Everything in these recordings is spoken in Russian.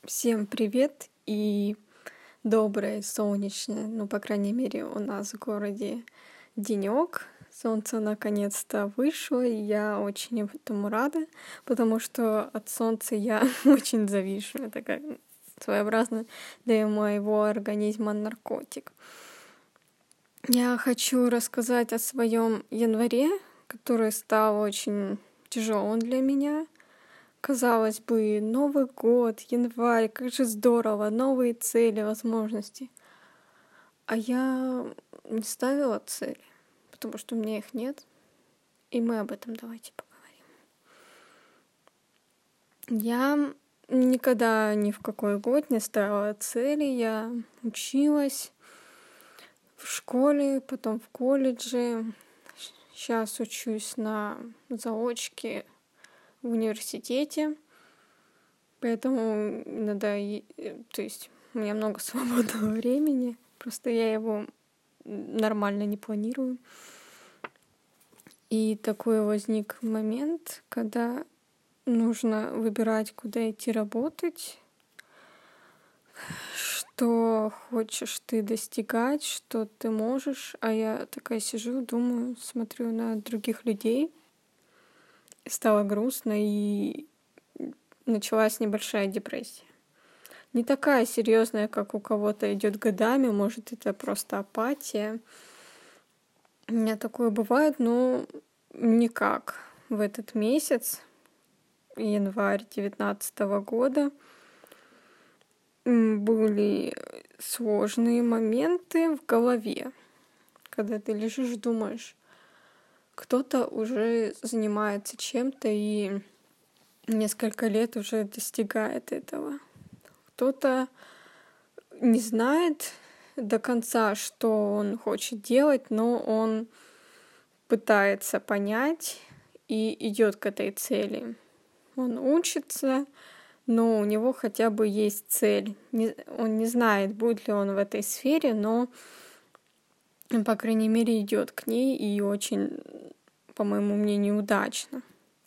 Всем привет и доброе, солнечное, по крайней мере, у нас в городе денёк. Солнце наконец-то вышло, и я очень этому рада, потому что от солнца я очень завишу. Это как своеобразно для моего организма наркотик. Я хочу рассказать о своем январе, который стал очень тяжелым для меня. Казалось бы, Новый год, январь, как же здорово, новые цели, возможности. А я не ставила цели, потому что у меня их нет. И мы об этом давайте поговорим. Я никогда ни в какой год не ставила цели. Я училась в школе, потом в колледже. Сейчас учусь на заочке в университете. Поэтому иногда, то есть у меня много свободного времени, просто я его нормально не планирую. И такой возник момент, когда нужно выбирать, куда идти работать, что хочешь ты достигать, что ты можешь. А я такая сижу, думаю, смотрю на других людей. Стало грустно, и началась небольшая депрессия. Не такая серьезная, как у кого-то идет годами, может, это просто апатия. У меня такое бывает, но никак. В этот месяц, январь 2019 года, были сложные моменты в голове, когда ты лежишь, думаешь, кто-то уже занимается чем-то и несколько лет уже достигает этого. Кто-то не знает до конца, что он хочет делать, но он пытается понять и идет к этой цели. Он учится, но у него хотя бы есть цель. Он не знает, будет ли он в этой сфере, но, по крайней мере, идет к ней и очень, по моему мнению, удачно.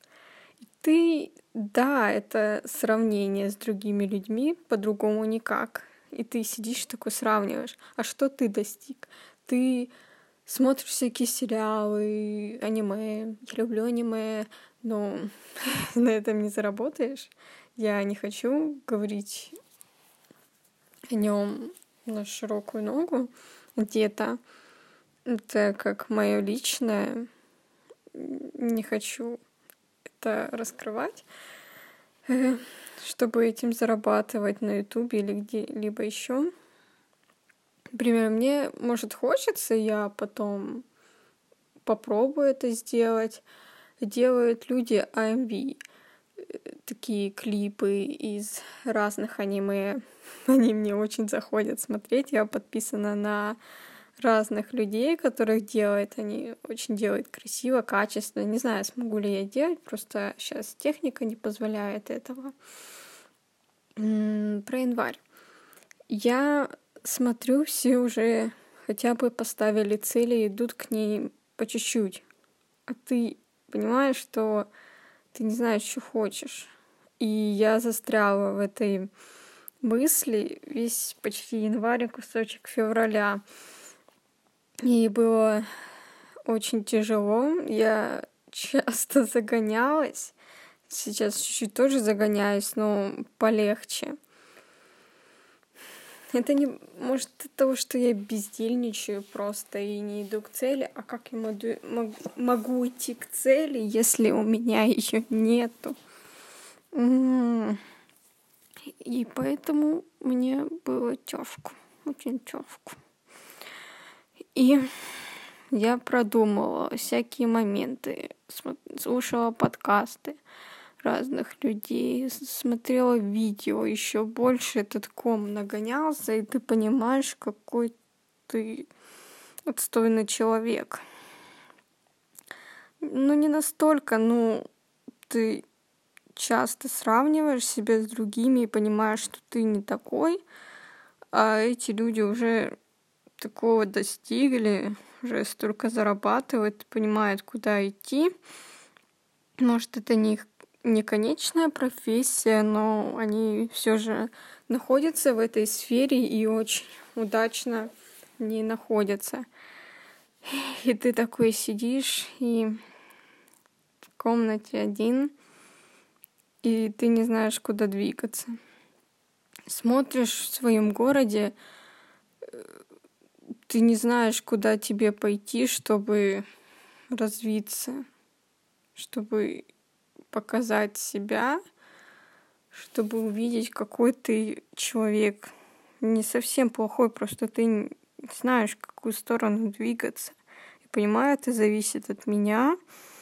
Да, это сравнение с другими людьми, по-другому никак. И ты сидишь такой сравниваешь. А что ты достиг? Ты смотришь всякие сериалы, аниме. Я люблю аниме, но на этом не заработаешь. Я не хочу говорить о нем на широкую ногу где-то. Это как мое личное. Не хочу это раскрывать, чтобы этим зарабатывать на Ютубе или где-либо еще. Например, мне, может, хочется, я потом попробую это сделать. Делают люди AMV, такие клипы из разных аниме. Они мне очень заходят смотреть. Я подписана на разных людей, которых делают. Они очень делают красиво, качественно. Не знаю, смогу ли я делать, просто сейчас техника не позволяет этого. Про январь. Я смотрю, все уже хотя бы поставили цели и идут к ней по чуть-чуть. А ты понимаешь, что ты не знаешь, что хочешь. И я застряла в этой мысли весь почти январь, кусочек февраля. И было очень тяжело. Я часто загонялась. Сейчас чуть-чуть тоже загоняюсь, но полегче. Это не может от того, что я бездельничаю просто и не иду к цели. А как я могу идти к цели, если у меня ее нету? И поэтому мне было тяжко, очень тяжко. И я продумала всякие моменты, слушала подкасты разных людей, смотрела видео, еще больше этот ком нагонялся, и ты понимаешь, какой ты отстойный человек. Не настолько, ты часто сравниваешь себя с другими и понимаешь, что ты не такой, а эти люди уже такого достигли, уже столько зарабатывают, понимают, куда идти. Может, это не их не конечная профессия, но они все же находятся в этой сфере и очень удачно в ней находятся. И ты такой сидишь и в комнате один, и ты не знаешь, куда двигаться. Смотришь в своем городе, ты не знаешь, куда тебе пойти, чтобы развиться, чтобы показать себя, чтобы увидеть, какой ты человек. Не совсем плохой, просто ты не знаешь, в какую сторону двигаться. Я понимаю, это зависит от меня,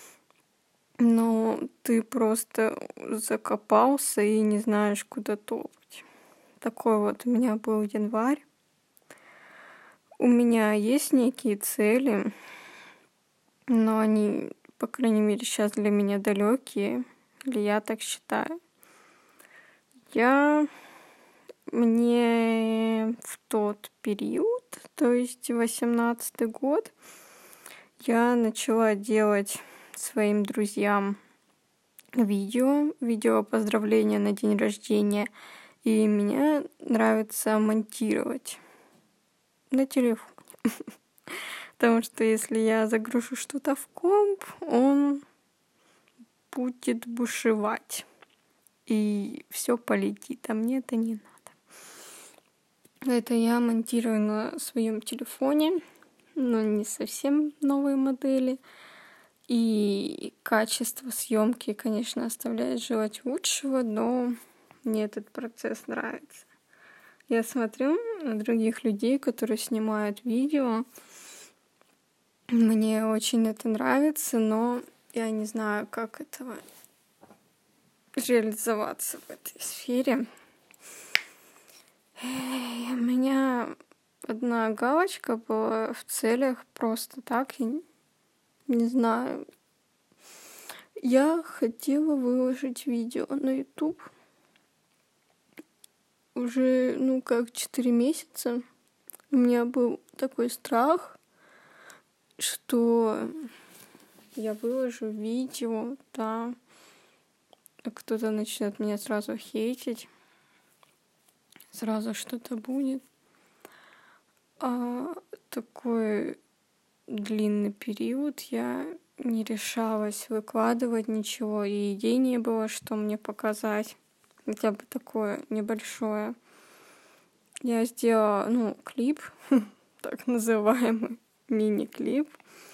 но ты просто закопался и не знаешь, куда топать. Такой вот у меня был январь. У меня есть некие цели, но они, по крайней мере, сейчас для меня далекие, или я так считаю. Мне в тот период, то есть 18-й год, я начала делать своим друзьям видео поздравления на день рождения, и мне нравится монтировать на телефоне. Потому что если я загружу что-то в комп, он будет бушевать. И все полетит, а мне это не надо. Это я монтирую на своем телефоне, но не совсем новые модели. И качество съемки, конечно, оставляет желать лучшего, но мне этот процесс нравится. Я смотрю на других людей, которые снимают видео. Мне очень это нравится, но я не знаю, как этого реализоваться в этой сфере. У меня одна галочка была в целях просто так, я не знаю. Я хотела выложить видео на YouTube уже, 4 месяца. У меня был такой страх, что я выложу видео, да, кто-то начнет меня сразу хейтить, сразу что-то будет. А такой длинный период я не решалась выкладывать ничего, и идей не было, что мне показать, хотя бы такое небольшое. Я сделала, клип, так называемый мини-клип,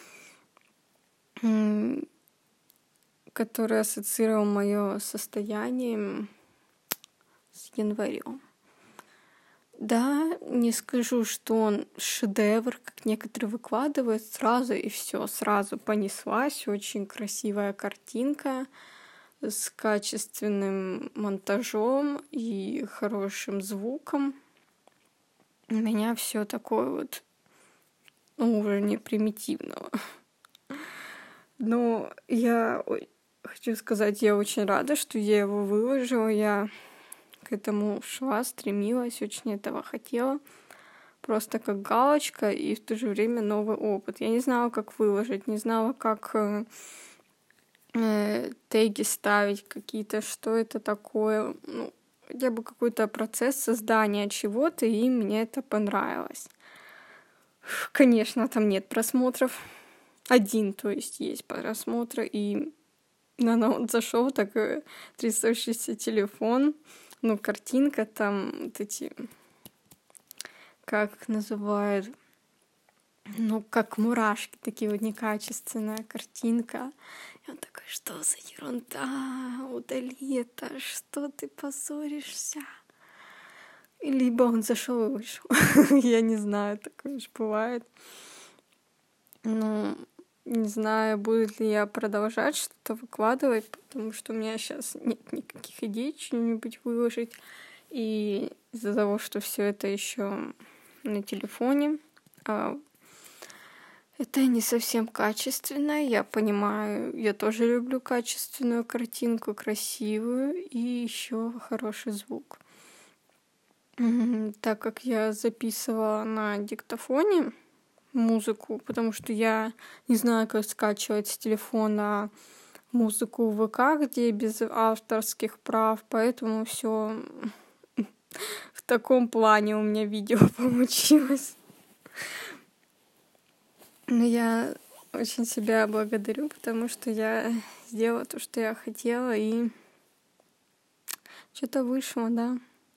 который ассоциировал мое состояние с январем. Да, не скажу, что он шедевр, как некоторые выкладывают сразу, и все, сразу понеслась. Очень красивая картинка с качественным монтажом и хорошим звуком. У меня все такое вот уровня примитивного. Но я хочу сказать, я очень рада, что я его выложила. Я к этому шла, стремилась, очень этого хотела. Просто как галочка и в то же время новый опыт. Я не знала, как выложить, не знала, как теги ставить какие-то, что это такое. Хотя бы какой-то процесс создания чего-то, и мне это понравилось. Конечно, там нет просмотров. Один, то есть, есть просмотры, и на ноут зашел, так трясущийся телефон. Картинка там, вот эти, как их называют, как мурашки, такие вот некачественная картинка. И он такой, что за ерунда, удали это, что ты позоришься? Либо он зашел и вышел. Я не знаю, такое же бывает. Не знаю, будет ли я продолжать что-то выкладывать, потому что у меня сейчас нет никаких идей что-нибудь выложить. И из-за того, что все это еще на телефоне, это не совсем качественно. Я понимаю, я тоже люблю качественную картинку, красивую и еще хороший звук. Так как я записывала на диктофоне музыку, потому что я не знаю, как скачивать с телефона музыку в ВК, где без авторских прав, поэтому все в таком плане у меня видео получилось. Но я очень себя благодарю, потому что я сделала то, что я хотела, и что-то вышло, да.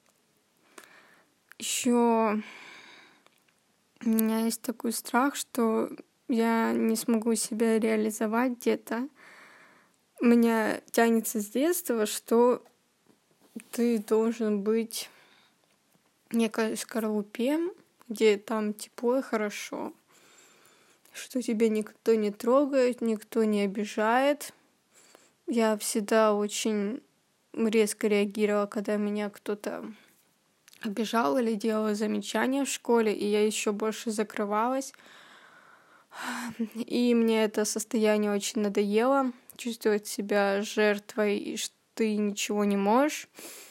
Еще у меня есть такой страх, что я не смогу себя реализовать где-то. У меня тянется с детства, что ты должен быть в некой скорлупе, где там тепло и хорошо, что тебя никто не трогает, никто не обижает. Я всегда очень резко реагировала, когда меня кто-то обижал или делал замечания в школе, и я еще больше закрывалась. И мне это состояние очень надоело, чувствовать себя жертвой, и что ты ничего не можешь.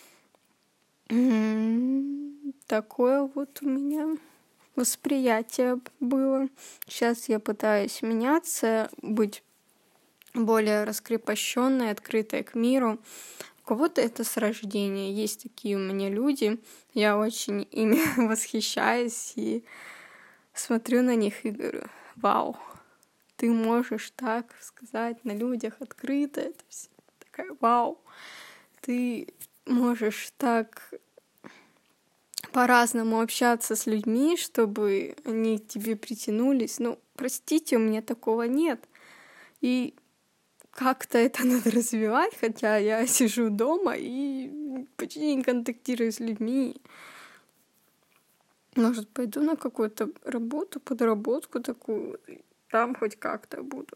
Такое вот у меня восприятие было. Сейчас я пытаюсь меняться, быть более раскрепощенной, открытой к миру. У кого-то это с рождения. Есть такие у меня люди. Я очень ими восхищаюсь и смотрю на них и говорю: вау, ты можешь так сказать на людях открыто. Это все такая вау. Ты можешь так по-разному общаться с людьми, чтобы они к тебе притянулись. Ну, простите, у меня такого нет. И как-то это надо развивать, хотя я сижу дома и почти не контактирую с людьми. Может, пойду на какую-то работу, подработку такую, там хоть как-то буду.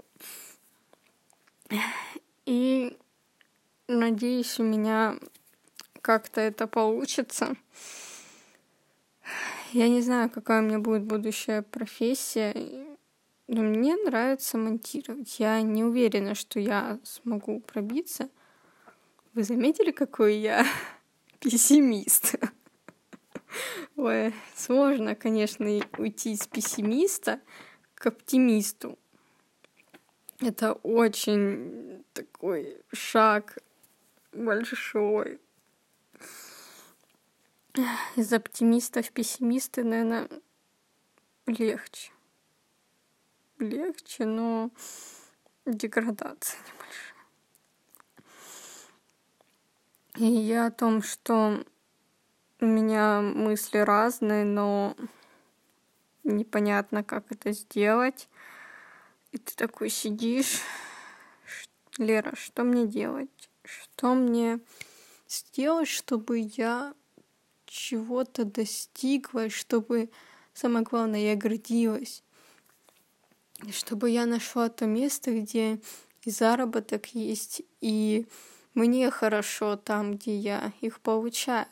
И надеюсь, у меня как-то это получится. Я не знаю, какая у меня будет будущая профессия, но мне нравится монтировать. Я не уверена, что я смогу пробиться. Вы заметили, какой я пессимист? Ой, сложно, конечно, уйти с пессимиста к оптимисту. Это очень такой шаг большой. Из оптимиста в пессимисты, наверное, легче. Легче, но деградация небольшая. И я о том, что у меня мысли разные, но непонятно, как это сделать. И ты такой сидишь: Лера, что мне делать? Что мне сделать, чтобы я чего-то достигла, чтобы, самое главное, я гордилась, чтобы я нашла то место, где и заработок есть, и мне хорошо там, где я их получаю.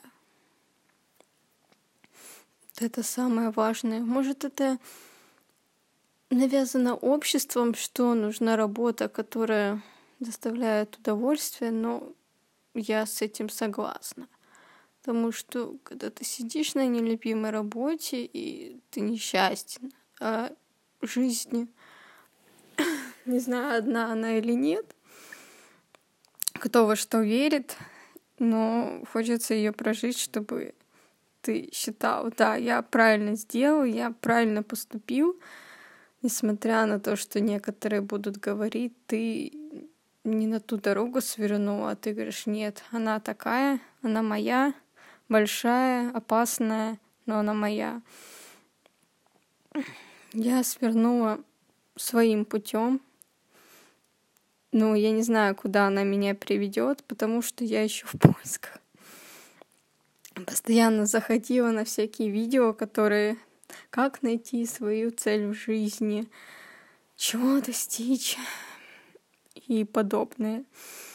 Это самое важное. Может, это навязано обществом, что нужна работа, которая доставляет удовольствие, но я с этим согласна. Потому что когда ты сидишь на нелюбимой работе, и ты несчастен, а жизнь, не знаю, одна она или нет, кто во что верит, но хочется ее прожить, чтобы ты считал: да, я правильно сделал, я правильно поступил, несмотря на то, что некоторые будут говорить: ты не на ту дорогу свернул, а ты говоришь: нет, она такая, она моя, большая, опасная, но она моя. Я свернула своим путем, но я не знаю, куда она меня приведет, потому что я еще в поисках. Постоянно заходила на всякие видео, которые как найти свою цель в жизни, чего достичь и подобное.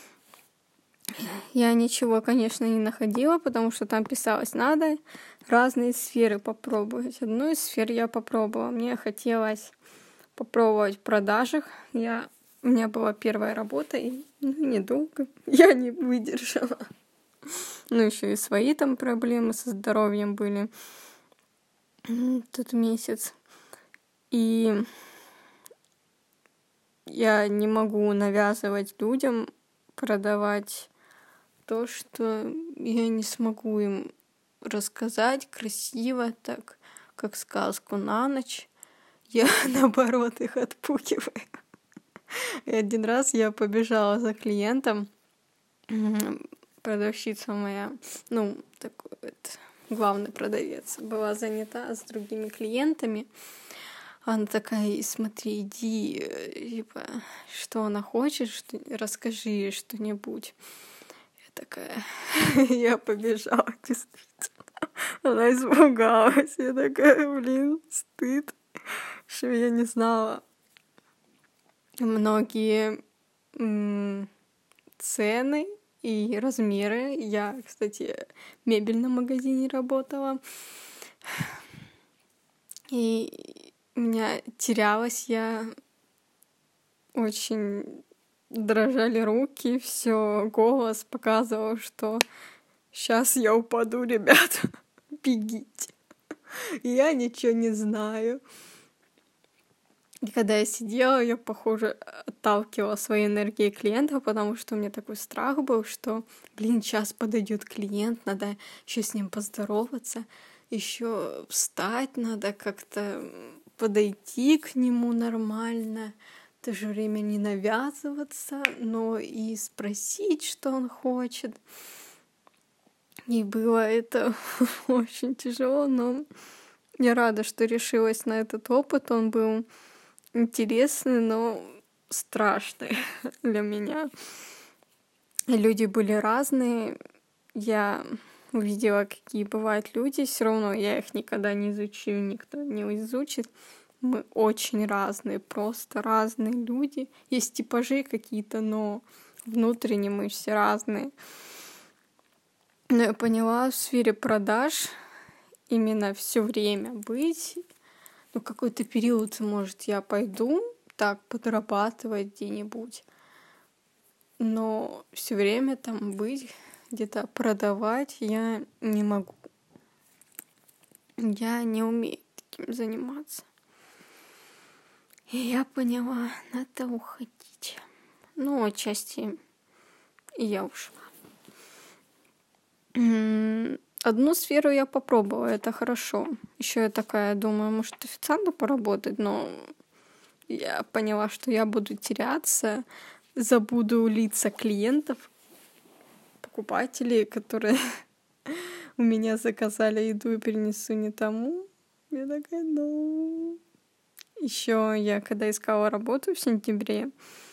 Я ничего, конечно, не находила, потому что там писалось: надо разные сферы попробовать. Одну из сфер я попробовала. Мне хотелось попробовать в продажах. У меня была первая работа, и недолго я не выдержала. Ну, еще и свои там проблемы со здоровьем были тот месяц. И я не могу навязывать людям продавать то, что я не смогу им рассказать красиво, так, как сказку на ночь. Я, наоборот, их отпугиваю. И один раз я побежала за клиентом, продавщица моя, такой вот главный продавец, была занята с другими клиентами. Она такая: смотри, иди, типа, что она хочет, расскажи ей что-нибудь. Я такая, я побежала, действительно. Она испугалась. Я такая, стыд, что я не знала многие цены и размеры. Я, кстати, в мебельном магазине работала. И у меня терялась я, очень дрожали руки, все, голос показывал, что сейчас я упаду, ребят, бегите. И я ничего не знаю. И когда я сидела, я, похоже, отталкивала своей энергией клиента, потому что у меня такой страх был, что, сейчас подойдет клиент, надо еще с ним поздороваться, еще встать надо, как-то подойти к нему нормально, в то же время не навязываться, но и спросить, что он хочет. И было это очень тяжело, но я рада, что решилась на этот опыт. Он был интересный, но страшный для меня. Люди были разные. Я увидела, какие бывают люди. Все равно я их никогда не изучу, никто не изучит. Мы очень разные, просто разные люди. Есть типажи какие-то, но внутренне мы все разные. Но я поняла, в сфере продаж именно все время быть. Какой-то период, может, я пойду так подрабатывать где-нибудь, но все время там быть, где-то продавать я не могу. Я не умею таким заниматься. И я поняла, надо уходить. Отчасти и я ушла. Одну сферу я попробовала, это хорошо. Еще я такая думаю, может, официантом поработать, но я поняла, что я буду теряться, забуду лица клиентов, покупателей, которые у меня заказали еду и принесу не тому. Я такая, Еще я, когда искала работу в сентябре,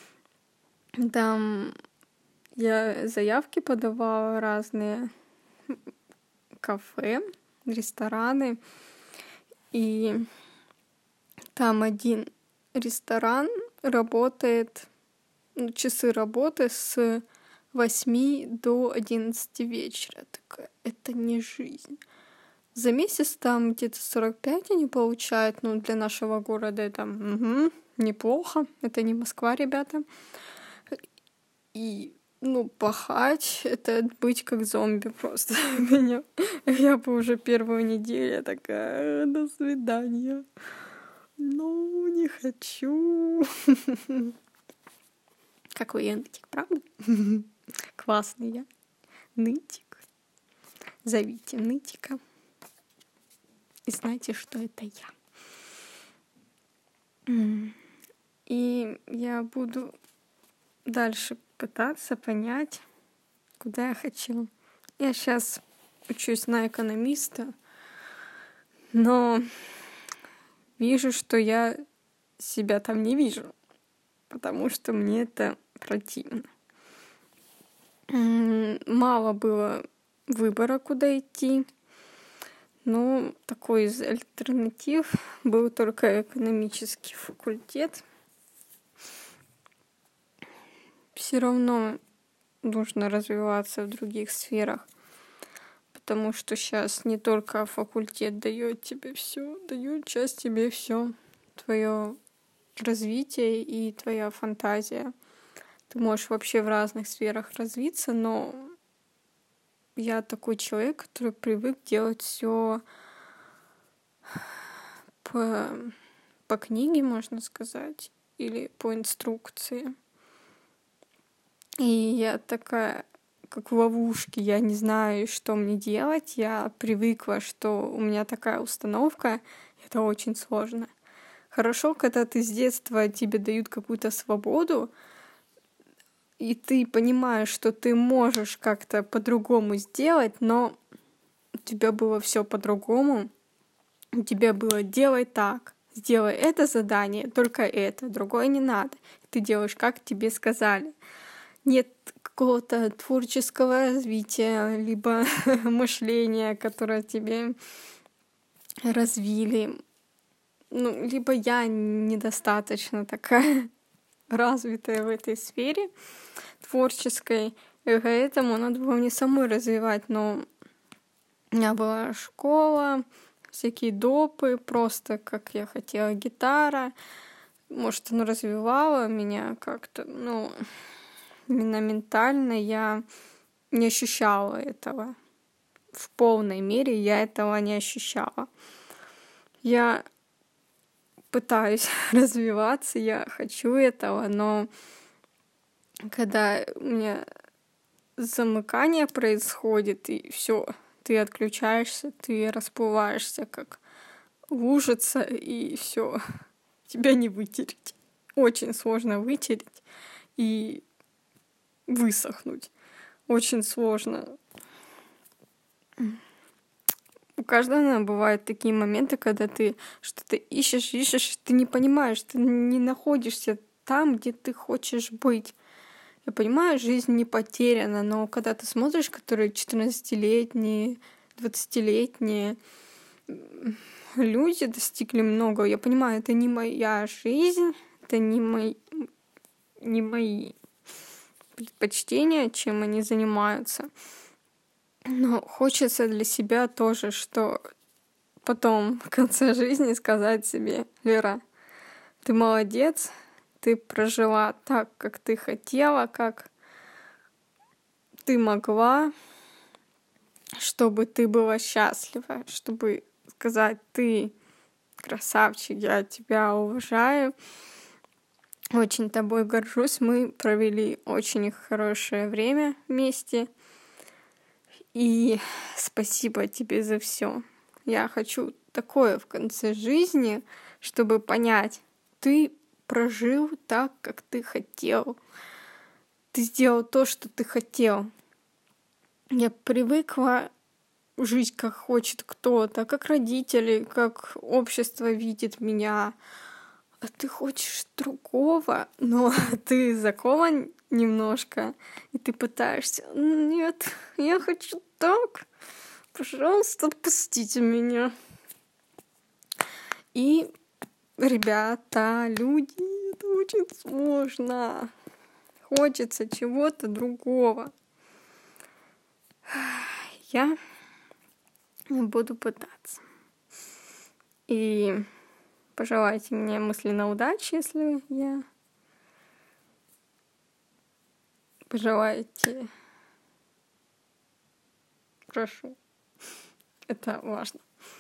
там я заявки подавала разные, кафе, рестораны, и там один ресторан работает, часы работы с 8 до 11 вечера. Такая, это не жизнь. За месяц там где-то 45 они получают, для нашего города это неплохо. Это не Москва, ребята. И пахать — это быть как зомби просто. Меня. Я бы уже первую неделю такая, до свидания. Не хочу. Какой я нытик, правда? Классный я. Нытик. Зовите нытика. И знайте, что это я. И я буду дальше пытаться понять, куда я хочу. Я сейчас учусь на экономиста, но вижу, что я себя там не вижу, потому что мне это противно. Мало было выбора, куда идти. Такой из альтернатив был только экономический факультет. Все равно нужно развиваться в других сферах, потому что сейчас не только факультет дает тебе все, дает часть тебе все, твое развитие и твоя фантазия. Ты можешь вообще в разных сферах развиться, но я такой человек, который привык делать все по книге, можно сказать. или по инструкции. И я такая, как в ловушке, я не знаю, что мне делать. Я привыкла, что у меня такая установка. Это очень сложно. Хорошо, когда ты с детства тебе дают какую-то свободу, и ты понимаешь, что ты можешь как-то по-другому сделать, но у тебя было все по-другому. У тебя было делай так, сделай это задание, только это, другое не надо. Ты делаешь, как тебе сказали. Нет какого-то творческого развития, либо мышления, которое тебе развили. Либо я недостаточно такая развитая в этой сфере творческой, и поэтому надо было мне самой развивать, но у меня была школа, всякие допы, просто как я хотела, гитара. Может, оно развивало меня как-то, именно ментально я не ощущала этого. В полной мере я этого не ощущала. Я пытаюсь развиваться, я хочу этого, но когда у меня замыкание происходит, и все, ты отключаешься, ты расплываешься, как лужица, и все, тебя не вытереть. Очень сложно вытереть и высохнуть. Очень сложно. У каждого, наверное, бывают такие моменты, когда ты что-то ищешь, ты не понимаешь, ты не находишься там, где ты хочешь быть. Я понимаю, жизнь не потеряна, но когда ты смотришь, которые 14-летние, 20-летние люди достигли много, я понимаю, это не моя жизнь, это не мои предпочтения, чем они занимаются. Но хочется для себя тоже, что потом в конце жизни сказать себе: Лера, ты молодец, ты прожила так, как ты хотела, как ты могла, чтобы ты была счастлива, чтобы сказать: ты красавчик, я тебя уважаю, очень тобой горжусь, мы провели очень хорошее время вместе, и спасибо тебе за все. Я хочу такое в конце жизни, чтобы понять, ты прожил так, как ты хотел. Ты сделал то, что ты хотел. Я привыкла жить, как хочет кто-то, как родители, как общество видит меня. А ты хочешь другого, но ты закован немножко, и ты пытаешься: нет, я хочу так, пожалуйста, отпустите меня. И, ребята, люди, это очень сложно. Хочется чего-то другого. Я буду пытаться. И пожелайте мне мысленно удачи, если я... Пожелайте... Прошу. Это важно.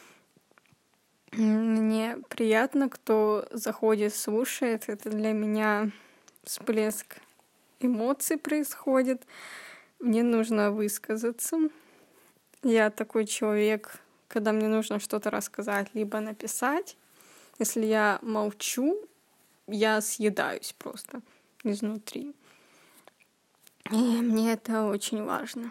Мне приятно, кто заходит, слушает. Это для меня всплеск эмоций происходит. Мне нужно высказаться. Я такой человек, когда мне нужно что-то рассказать, либо написать. Если я молчу, я съедаюсь просто изнутри. И мне это очень важно.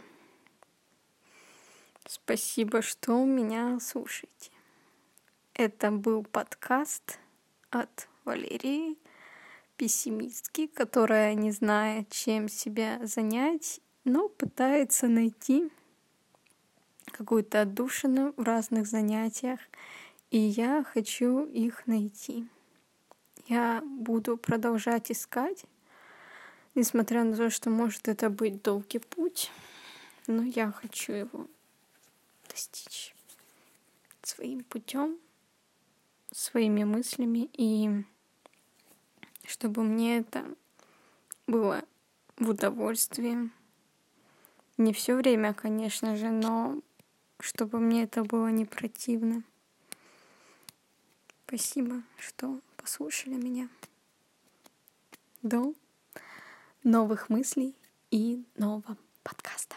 Спасибо, что меня слушаете. Это был подкаст от Валерии, пессимистки, которая не знает, чем себя занять, но пытается найти какую-то отдушину в разных занятиях, и я хочу их найти. Я буду продолжать искать, несмотря на то, что может это быть долгий путь, но я хочу его достичь своим путем, своими мыслями, и чтобы мне это было в удовольствие. Не все время, конечно же, но чтобы мне это было не противно. Спасибо, что послушали меня. до новых мыслей и нового подкаста.